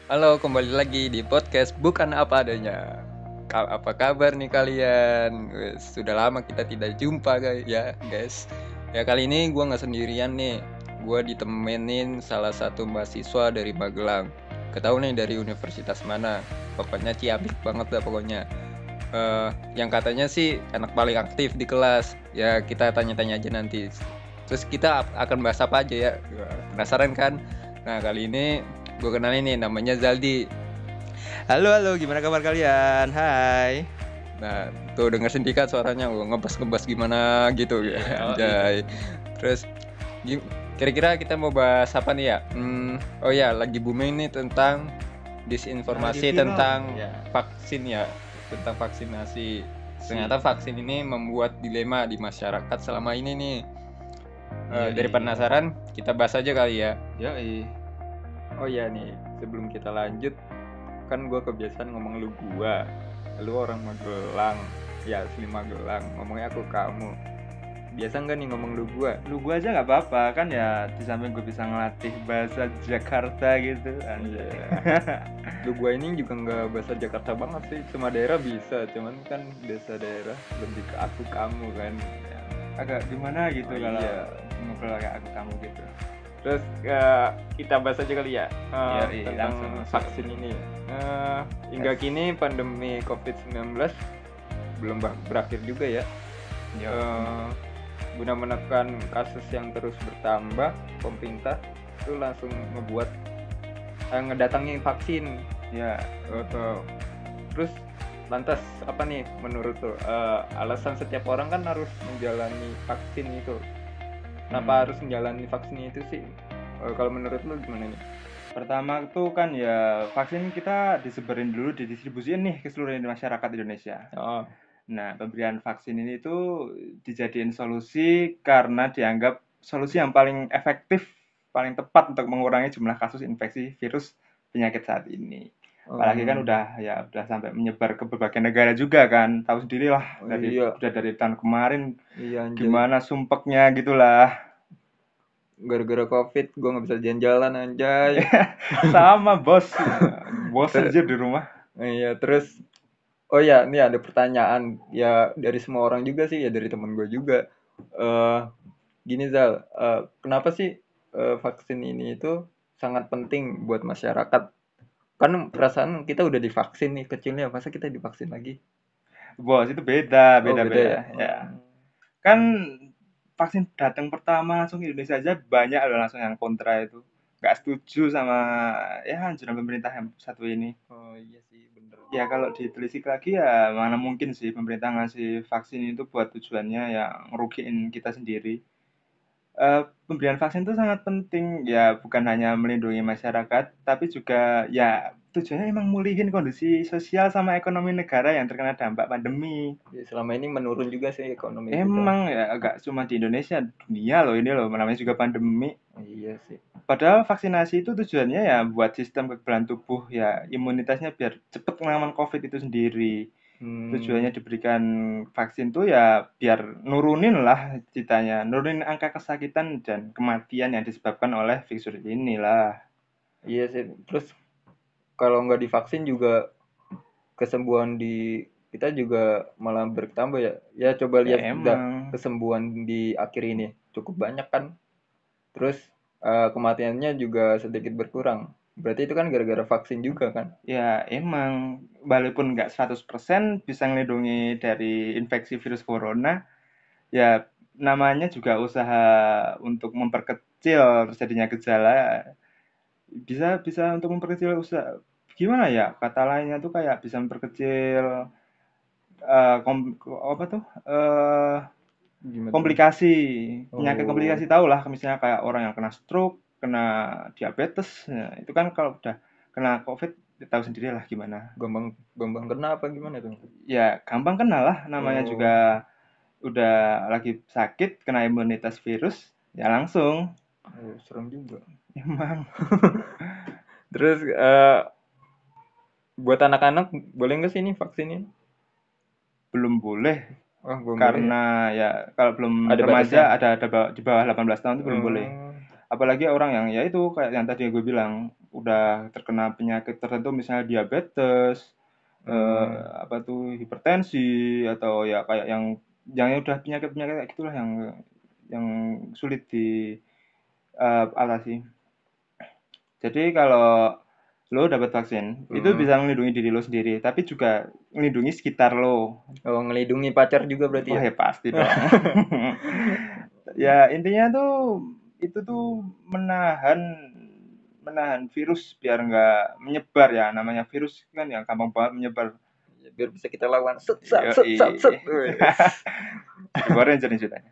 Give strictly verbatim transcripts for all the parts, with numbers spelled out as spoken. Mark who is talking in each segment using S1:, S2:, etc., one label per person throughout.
S1: Halo, kembali lagi di podcast Bukan Apa Adanya. Kal apa kabar nih kalian? Wes, sudah lama kita tidak jumpa guys ya, guys. Ya kali ini gua nggak sendirian nih. Gua ditemenin salah satu mahasiswa dari Magelang. Ketahui nih dari universitas mana? Pokoknya ciamik banget lah pokoknya. Eh, yang katanya sih anak paling aktif di kelas. Ya kita tanya-tanya aja nanti. Terus kita akan bahas apa aja ya? Penasaran kan? Nah kali ini gue kenalin nih namanya Zaldi.
S2: Halo, halo, gimana kabar kalian? Hai.
S1: Nah tuh denger sendiri kan suaranya gue ngebas-ngebas gimana gitu ya.
S2: Iya, iya.
S1: Anjay. Terus gim- kira-kira kita mau bahas apa nih ya? Hmm, oh ya lagi booming nih tentang
S2: Yang lagi
S1: disinformasi
S2: viral.
S1: tentang
S2: Ya.
S1: vaksin ya, tentang vaksinasi.
S2: Si.
S1: Ternyata vaksin ini membuat dilema di masyarakat selama ini nih. Eh, dari
S2: Yoi.
S1: penasaran kita bahas aja kali ya.
S2: Yoi.
S1: Oh ya nih sebelum kita lanjut, kan gue kebiasaan ngomong lu gua, lu orang Magelang, ya asli Magelang, ngomongnya aku kamu. Biasa nggak nih ngomong lu gua?
S2: Lu gua aja nggak apa-apa kan ya, di samping gue bisa ngelatih bahasa Jakarta gitu. Anjay.
S1: Lu gua ini juga nggak bahasa Jakarta banget sih, semua daerah bisa, cuman kan desa daerah lebih ke aku kamu kan. Ya.
S2: Agak gimana gitu
S1: Oh,
S2: kalau
S1: iya.
S2: ngobrol kayak aku kamu gitu.
S1: Terus uh, kita bahas aja kali ya uh,
S2: Yoi,
S1: tentang
S2: langsung, langsung.
S1: vaksin ini. Uh, hingga
S2: Yes.
S1: kini pandemi covid sembilan belas belum ber- berakhir juga ya.
S2: Yo.
S1: Uh, guna menekan kasus yang terus bertambah, pemerintah itu langsung ngebuat eh, ngedatangin vaksin
S2: Ya.
S1: uh, terus lantas apa nih menurut tuh uh, alasan setiap orang kan harus menjalani vaksin itu, kenapa
S2: Hmm.
S1: harus menjalani vaksin itu sih? Uh, kalau menurut lu gimana nih?
S2: Pertama tuh kan ya vaksin kita disebarin dulu, didistribusiin nih ke seluruh masyarakat Indonesia.
S1: Oh.
S2: Nah, pemberian vaksin ini tuh dijadiin solusi karena dianggap solusi yang paling efektif, paling tepat untuk mengurangi jumlah kasus infeksi virus penyakit saat ini. Apalagi kan
S1: Hmm.
S2: udah ya udah sampai menyebar ke berbagai negara juga kan. Tahu sendiri lah
S1: Oh,
S2: dari
S1: iya.
S2: udah dari tahun kemarin
S1: Iya anjay.
S2: gimana sumpeknya gitulah.
S1: Gara-gara covid gue nggak bisa jalan-jalan anjay.
S2: Sama bos. Bos
S1: Ter-
S2: anjir di rumah.
S1: iya terus oh ya ini ada pertanyaan ya dari semua orang juga sih ya, dari temen gue juga. eh Gini Zal, eh, kenapa sih eh, vaksin ini itu sangat penting buat masyarakat? Kan perasaan kita udah divaksin nih kecilnya, masa kita divaksin lagi?
S2: Bos itu beda,
S1: Oh
S2: beda,
S1: beda
S2: beda
S1: ya.
S2: ya.
S1: Hmm.
S2: Kan vaksin datang pertama langsung ke Indonesia aja banyak loh langsung yang kontra itu. Nggak setuju sama ya anjuran pemerintah yang satu ini.
S1: Oh iya sih bener.
S2: Ya kalau ditelisik lagi ya mana mungkin sih pemerintah ngasih vaksin itu buat tujuannya yang ngerugiin kita sendiri. Eh, pemberian vaksin itu sangat penting ya bukan hanya melindungi masyarakat tapi juga ya tujuannya emang mulihin kondisi sosial sama ekonomi negara yang terkena dampak pandemi.
S1: Ya, selama ini menurun juga sih ekonomi kita.
S2: Emang ya agak cuma di Indonesia, dunia loh ini loh, namanya juga pandemi.
S1: Oh, iya sih.
S2: Padahal vaksinasi itu tujuannya ya buat sistem kekebalan tubuh ya imunitasnya biar cepet melawan COVID itu sendiri.
S1: Hmm,
S2: Tujuannya diberikan vaksin tuh ya biar nurunin lah ceritanya, nurunin angka kesakitan dan kematian yang disebabkan oleh virus ini lah.
S1: iya sih. Terus kalau nggak divaksin juga kesembuhan di kita juga malah bertambah ya. Ya coba
S2: Ya
S1: lihat da-
S2: emang,
S1: kesembuhan di akhir ini cukup banyak kan. Terus eh, kematiannya juga sedikit berkurang. Berarti itu kan gara-gara vaksin juga kan?
S2: ya emang walaupun nggak seratus persen bisa melindungi dari infeksi virus corona, ya namanya juga usaha untuk memperkecil terjadinya gejala. Bisa bisa untuk memperkecil usaha gimana ya? Kata lainnya tuh kayak bisa memperkecil eh, kom- apa tuh? eh
S1: Gimana tuh?
S2: komplikasi, penyakit
S1: Oh,
S2: komplikasi tau lah misalnya kayak orang yang kena stroke, kena diabetes. Nah, itu kan kalau udah kena COVID tahu sendiri lah gimana.
S1: gampang gampang kena apa gimana tuh?
S2: Ya gampang kena lah namanya juga
S1: Oh,
S2: udah lagi sakit kena imunitas virus ya langsung.
S1: oh serem juga.
S2: Emang
S1: Terus eh, buat anak-anak boleh nggak sih ini vaksin ini?
S2: belum boleh
S1: Wah, belum boleh ya.
S2: karena ya kalau belum
S1: Ada
S2: remaja
S1: batasnya.
S2: ada ada ba- di bawah delapan belas tahun itu belum boleh.
S1: Oh,
S2: Apalagi orang yang ya itu kayak yang tadi gue bilang udah terkena penyakit tertentu misalnya diabetes,
S1: Hmm.
S2: eh, apa tuh hipertensi atau ya kayak yang yang udah penyakit-penyakit kayak gitulah yang yang sulit di eh, atasi. Jadi kalau lo dapat vaksin, itu
S1: Hmm.
S2: bisa melindungi diri lo sendiri, tapi juga melindungi sekitar lo.
S1: Oh, ngelindungi pacar juga berarti
S2: Wah
S1: ya?
S2: ya pasti dong. Ya intinya tuh itu tuh menahan menahan virus biar nggak menyebar ya. Namanya virus kan yang gampang banget menyebar.
S1: Ya, biar bisa kita lawan set set set
S2: Yoi.
S1: set set. Wes.
S2: Power Ranger nih ceritanya.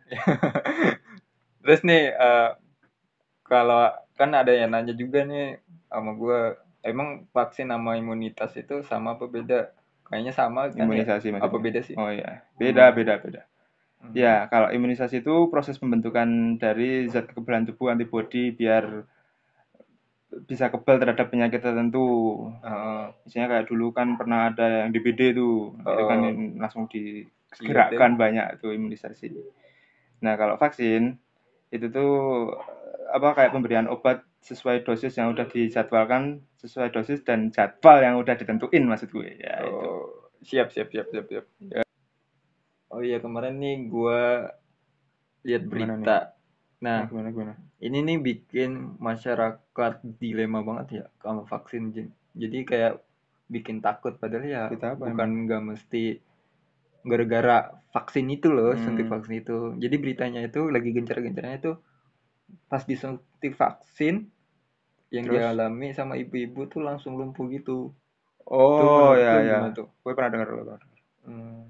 S1: Terus nih eh, kalau kan ada yang nanya juga nih sama gue, emang vaksin sama imunitas itu sama apa beda? Kayaknya sama kan ya?
S2: Imunisasi
S1: Apa
S2: maksudnya.
S1: beda sih?
S2: Oh ya, beda
S1: Hmm.
S2: beda beda.
S1: Hmm.
S2: Ya, kalau imunisasi itu proses pembentukan dari zat kekebalan tubuh antibodi biar bisa kebal terhadap penyakit tertentu.
S1: Oh,
S2: Misalnya kayak dulu kan pernah ada yang D B D tuh, itu kan
S1: oh,
S2: langsung
S1: iya deh.
S2: digerakkan banyak tuh imunisasi. Nah, kalau vaksin itu tuh apa kayak pemberian obat sesuai dosis yang udah dijadwalkan, sesuai dosis dan jadwal yang udah ditentuin maksud gue. Ya itu.
S1: Oh, siap siap siap siap siap. Oh iya, kemarin nih gue lihat
S2: Gimana nih?
S1: berita. Nah,
S2: Nah, gimana gimana?
S1: ini nih bikin masyarakat dilema banget ya sama vaksin. Jin. Jadi kayak bikin takut padahal ya
S2: Kita apa
S1: bukan
S2: emang?
S1: nggak mesti gara-gara vaksin itu loh, suntik
S2: Hmm,
S1: vaksin itu. Jadi beritanya itu lagi gencar-gencarnya itu pas disuntik vaksin yang
S2: terus?
S1: dialami sama ibu-ibu tuh langsung lumpuh gitu. Tuh
S2: Oh
S1: menurut
S2: ya
S1: lu
S2: ya,
S1: gimana tuh?
S2: gue pernah dengar. Gue pernah dengar.
S1: Hmm.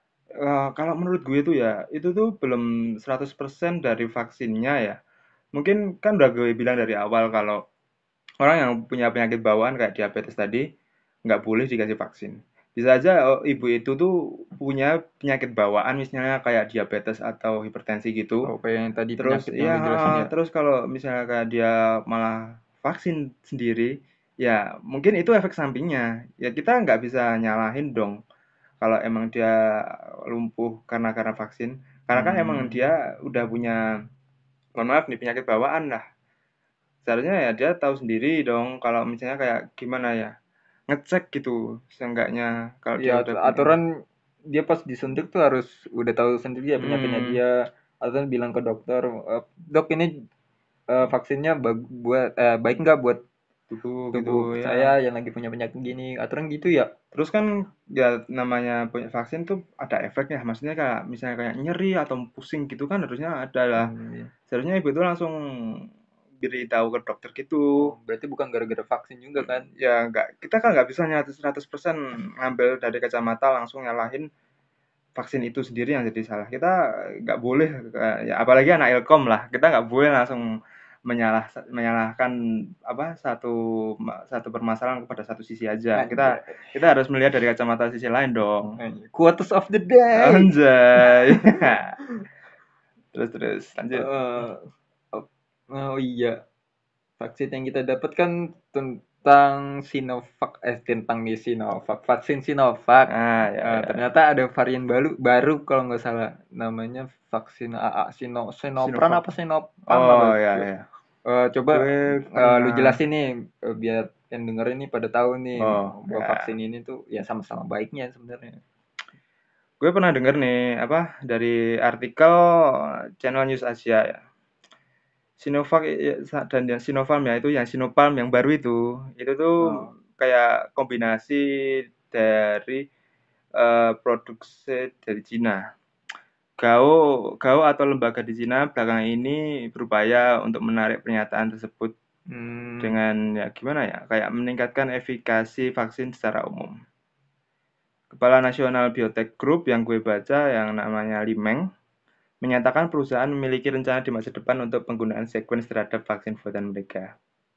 S2: Eh, kalau menurut gue tuh ya, itu tuh belum seratus persen dari vaksinnya ya. Mungkin kan udah gue bilang dari awal kalau orang yang punya penyakit bawaan kayak diabetes tadi nggak boleh dikasih vaksin. Bisa aja oh, ibu itu tuh punya penyakit bawaan misalnya kayak diabetes atau hipertensi
S1: Oh,
S2: gitu.
S1: kayak yang tadi
S2: Terus
S1: penyakit yang
S2: ya
S1: lu jelasin ya.
S2: terus kalau misalnya kayak dia malah vaksin sendiri, ya mungkin itu efek sampingnya. Ya kita nggak bisa nyalahin dong kalau emang dia lumpuh karena karena vaksin. Karena kan emang
S1: Hmm.
S2: dia udah punya, mohon maaf nih, penyakit bawaan lah. Seharusnya ya dia tahu sendiri dong kalau misalnya kayak gimana ya, ngecek gitu seenggaknya kalau dia
S1: Ya
S2: udah punya.
S1: aturan dia pas disuntik tuh harus udah tahu sendiri ya penyakitnya
S2: Hmm,
S1: dia, atau bilang ke dokter, "Eh, dok ini eh, vaksinnya bag- buat eh, baik nggak buat
S2: tubuh gitu
S1: tubuh
S2: ya.
S1: saya yang lagi punya penyakit gini," aturan gitu ya.
S2: Terus kan ya namanya punya vaksin tuh ada efeknya. Maksudnya kayak misalnya kayak nyeri atau pusing gitu kan harusnya ada lah.
S1: Hmm, iya.
S2: Seharusnya ibu itu langsung beritahu ke dokter gitu.
S1: Oh, berarti bukan gara-gara vaksin juga kan.
S2: Ya nggak, kita kan nggak bisa nyata seratus persen ngambil dari kacamata langsung nyalahin vaksin itu sendiri yang jadi salah. Kita nggak boleh, ya apalagi anak Ilkom lah, kita nggak boleh langsung menyalah menyalahkan apa satu satu permasalahan kepada satu sisi aja. Kita
S1: Anjay.
S2: kita harus melihat dari kacamata sisi lain dong.
S1: Anjay. Quotes of the day.
S2: Anjay. Terus terus lanjut.
S1: Eh, oh, oh iya, vaksin yang kita dapat kan tentang Sinovac, eh tentang nih Sinovac, vaksin Sinovac.
S2: Ah ya
S1: Eh,
S2: ya.
S1: ternyata ada varian baru, baru kalau nggak salah, namanya vaksin A A Sino, Sinopran
S2: Sinovac.
S1: apa Sinopam apa?
S2: Oh ya ya.
S1: Eh, coba
S2: Gue
S1: eh, lu
S2: pernah.
S1: jelasin nih eh, biar yang dengerin nih pada tahu nih
S2: Oh
S1: bahwa
S2: ya.
S1: vaksin ini tuh ya sama-sama baiknya sebenarnya.
S2: Gue pernah denger nih apa dari artikel Channel News Asia ya. Sinovac dan yang Sinopharm ya, itu yang Sinopharm yang baru itu. Itu tuh
S1: Oh.
S2: kayak kombinasi dari eh, produksi dari Cina. Gao Gao atau lembaga di Cina belakangan ini berupaya untuk menarik pernyataan tersebut
S1: Hmm.
S2: dengan ya gimana ya, kayak meningkatkan efikasi vaksin secara umum. Kepala Nasional Biotech Group yang gue baca yang namanya Limeng menyatakan perusahaan memiliki rencana di masa depan untuk penggunaan sekuens terhadap vaksin buatan mereka.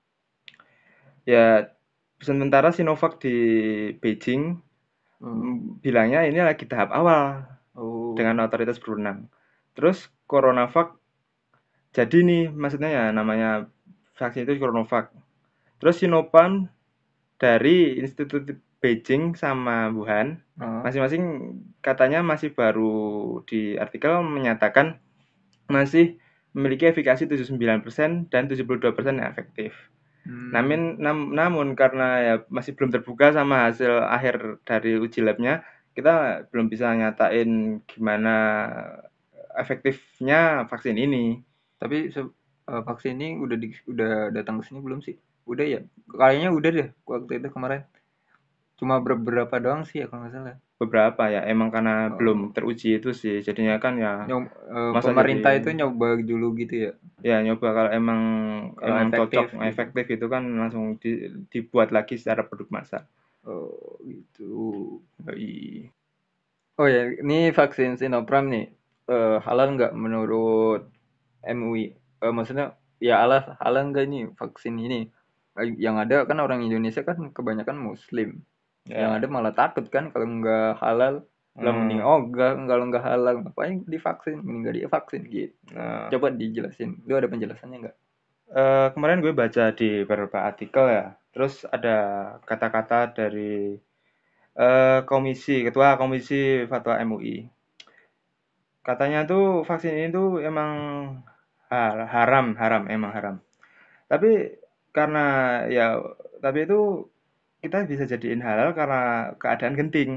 S2: Ya, sementara Sinovac di Beijing
S1: Hmm.
S2: mm, bilangnya ini lagi tahap awal
S1: Oh.
S2: dengan otoritas berwenang. Terus CoronaVac jadi nih, maksudnya ya namanya vaksin itu CoronaVac. Terus Sinopharm dari Institut Beijing sama Wuhan,
S1: Oh.
S2: masing-masing katanya masih baru di artikel menyatakan masih memiliki efikasi tujuh puluh sembilan persen dan tujuh puluh dua persen yang efektif.
S1: Hmm.
S2: Namun, nam- namun karena ya masih belum terbuka sama hasil akhir dari uji labnya, kita belum bisa nyatain gimana efektifnya vaksin ini.
S1: Tapi se- eh, vaksin ini udah di, udah datang ke sini belum sih? Udah ya? Kayaknya udah deh waktu itu kemarin. Cuma beberapa doang sih ya kalau nggak salah.
S2: Beberapa ya, emang karena belum
S1: Oh,
S2: teruji itu sih, jadinya kan ya
S1: nyob- eh,
S2: masa jadi
S1: pemerintah itu nyoba dulu gitu ya.
S2: ya nyoba kalau emang
S1: Kalau
S2: emang cocok
S1: efektif gitu.
S2: efektif itu kan langsung di- dibuat lagi secara produk massal.
S1: Oh, gitu.
S2: Yoi.
S1: Oh ya, ini vaksin Sinopharm nih. Eh, halal nggak menurut M U I? Eh, maksudnya ya halal halal nggak ini vaksin ini? Eh, Yang ada kan orang Indonesia kan kebanyakan Muslim. Yang ada
S2: Ya.
S1: malah takut kan kalau nggak halal. Lah mending
S2: Hmm.
S1: oh enggak kalau nggak halal ngapain divaksin? Mending nggak divaksin gitu.
S2: Nah,
S1: Coba dijelasin. Lu ada penjelasannya nggak?
S2: eh, kemarin gue baca di beberapa artikel ya. Terus ada kata-kata dari eh, komisi, ketua komisi fatwa M U I. Katanya tuh vaksin ini tuh emang ha- haram, haram, emang haram. Tapi karena ya, tapi itu kita bisa jadiin halal karena keadaan genting.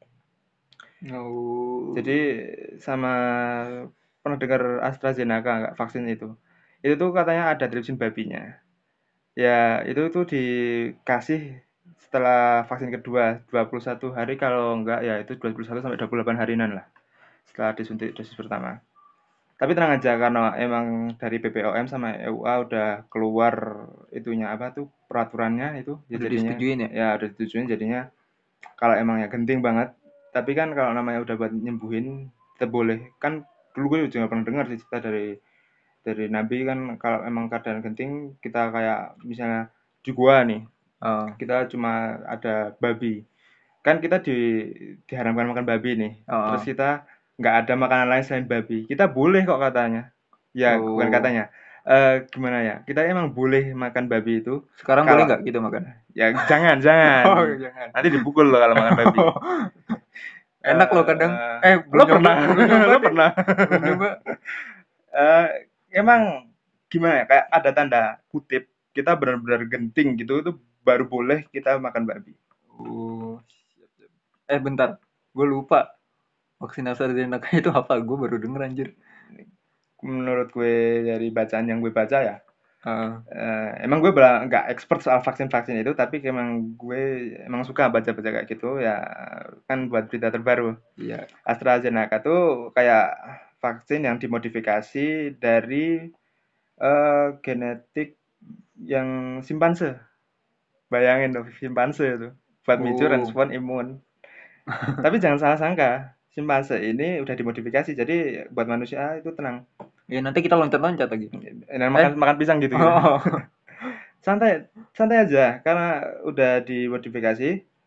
S2: Jadi
S1: Oh,
S2: sama pernah dengar AstraZeneca nggak vaksin itu? Itu tuh katanya ada tripsin babinya. Ya, itu tuh dikasih setelah vaksin kedua dua puluh satu hari kalau enggak ya itu dua puluh satu sampai dua puluh delapan harian lah setelah disuntik dosis pertama. Tapi tenang aja karena emang dari B P O M sama E U A udah keluar itunya apa tuh peraturannya itu ya
S1: udah
S2: jadinya
S1: disetujuin ya?
S2: ya udah ditujuin jadinya kalau emang ya genting banget. Tapi kan kalau namanya udah buat nyembuhin kita boleh kan dulu gue juga pernah dengar sih cerita dari dari Nabi kan kalau emang keadaan genting kita kayak misalnya di gua nih
S1: Oh,
S2: kita cuma ada babi kan kita di diharamkan makan babi nih
S1: oh,
S2: terus
S1: oh.
S2: kita nggak ada makanan lain selain babi kita boleh kok katanya ya bukan
S1: Oh.
S2: katanya eh gimana ya kita emang boleh makan babi itu
S1: Sekarang boleh
S2: kalau
S1: nggak gitu makan?
S2: ya jangan jangan
S1: Oh, jangan.
S2: nanti dipukul loh kalau makan babi
S1: Enak loh kadang.
S2: eh
S1: Eh,
S2: lo
S1: belum nyoba,
S2: pernah
S1: belum nyoba
S2: lo
S1: deh.
S2: pernah
S1: Belum nyoba.
S2: eh emang gimana ya kayak ada tanda kutip kita benar-benar genting gitu itu baru boleh kita makan babi.
S1: Oh, siap, siap. Eh, bentar. Gue lupa. Vaksin AstraZeneca itu apa? Gue baru denger anjir.
S2: Menurut gue dari bacaan yang gue baca ya,
S1: Ah,
S2: eh, emang gue bela- nggak expert soal vaksin-vaksin itu, tapi emang gue emang suka baca-baca kayak gitu ya kan buat berita terbaru.
S1: iya.
S2: AstraZeneca tuh kayak vaksin yang dimodifikasi dari eh, genetik yang simpanse. Bayangin tuh simpanse itu buat micu
S1: Oh,
S2: respon imun. Tapi jangan salah sangka, simpanse ini udah dimodifikasi jadi buat manusia itu tenang.
S1: ya nanti kita loncat-loncat lagi.
S2: Enak
S1: Eh,
S2: makan makan pisang gitu gitu.
S1: oh,
S2: Santai santai aja karena udah dimodifikasi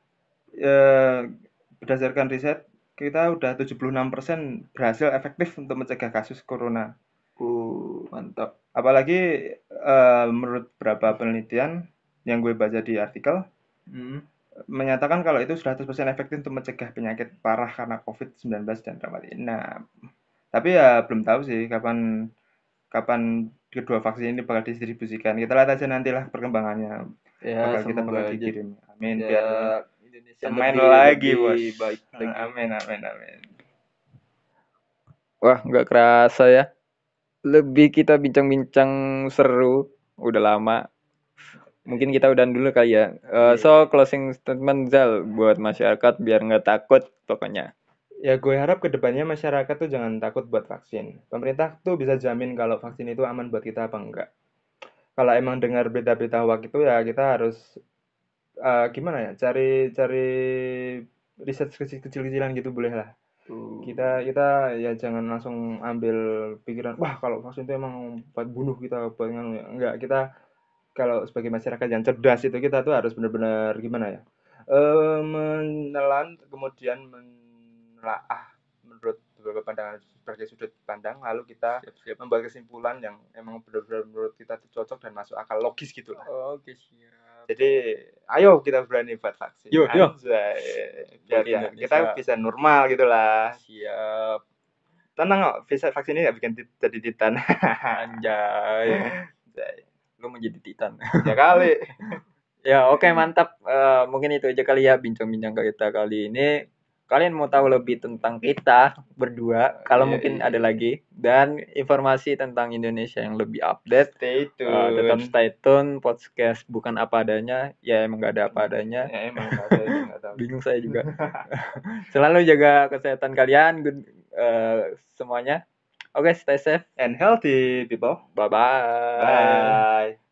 S2: eh, berdasarkan riset kita udah tujuh puluh enam persen berhasil efektif untuk mencegah kasus corona.
S1: oh, mantap.
S2: Apalagi eh, menurut beberapa penelitian yang gue baca di artikel
S1: Hmm.
S2: menyatakan kalau itu seratus persen efektif untuk mencegah penyakit parah karena covid sembilan belas dan rawat inap. Tapi ya belum tahu sih kapan kapan kedua vaksin ini bakal didistribusikan. Kita lihat aja nantilah perkembangannya.
S1: Ya,
S2: Bakal kita
S1: semoga
S2: bakal
S1: aja
S2: dikirim. Amin.
S1: ya
S2: Biar
S1: Indonesia
S2: semen
S1: lebih
S2: lagi,
S1: lebih
S2: Bos.
S1: baik lagi.
S2: Amin, amin, amin.
S1: Wah, nggak kerasa ya. Lebih kita bincang-bincang seru. Udah lama. Mungkin kita udahan dulu kali ya. Eh,
S2: Iya.
S1: so, closing statement Zal buat masyarakat biar nggak takut pokoknya.
S2: Ya gue harap kedepannya masyarakat tuh jangan takut buat vaksin. Pemerintah tuh bisa jamin kalau vaksin itu aman buat kita apa enggak. Kalau emang dengar berita-berita hoax itu ya kita harus eh, gimana ya cari cari riset kecil-kecilan gitu boleh lah. Kita
S1: Uh,
S2: kita ya jangan langsung ambil pikiran wah kalau vaksin itu emang buat bunuh kita buat nganu ya. Enggak, kita kalau sebagai masyarakat yang cerdas itu kita tuh harus benar-benar gimana ya? Eh menelan kemudian menelaah menurut beberapa pandangan sebagai sudut pandang lalu kita
S1: siap-siap.
S2: membuat kesimpulan yang emang benar-benar menurut kita tuh cocok dan masuk akal logis gitu lah.
S1: Oke, siap.
S2: Jadi ayo kita berani buat vaksin.
S1: Yo, yo.
S2: Anjay. Biar
S1: Buat
S2: ya kita
S1: Indonesia.
S2: bisa normal gitu lah.
S1: Siap.
S2: Tenang kok, bisa vaksin ini nggak bikin tit- jadi titan.
S1: Anjay.
S2: Anjay.
S1: lu menjadi titan.
S2: Ya kali.
S1: Ya oke mantap. Eh, mungkin itu aja kali ya bincang-bincang kita kali ini. Kalian mau tahu lebih tentang kita berdua, kalau
S2: Iya,
S1: mungkin
S2: iya.
S1: ada lagi dan informasi tentang Indonesia yang lebih update,
S2: Stay
S1: eh, tetap
S2: tune.
S1: stay tune podcast bukan apa adanya. Ya emang gak ada apa adanya.
S2: Ya emang nggak ada ini nggak tahu.
S1: Bingung saya juga. Selalu jaga kesehatan kalian, good, eh, semuanya. Oke, stay safe.
S2: And healthy people.
S1: Bye bye.
S2: Bye.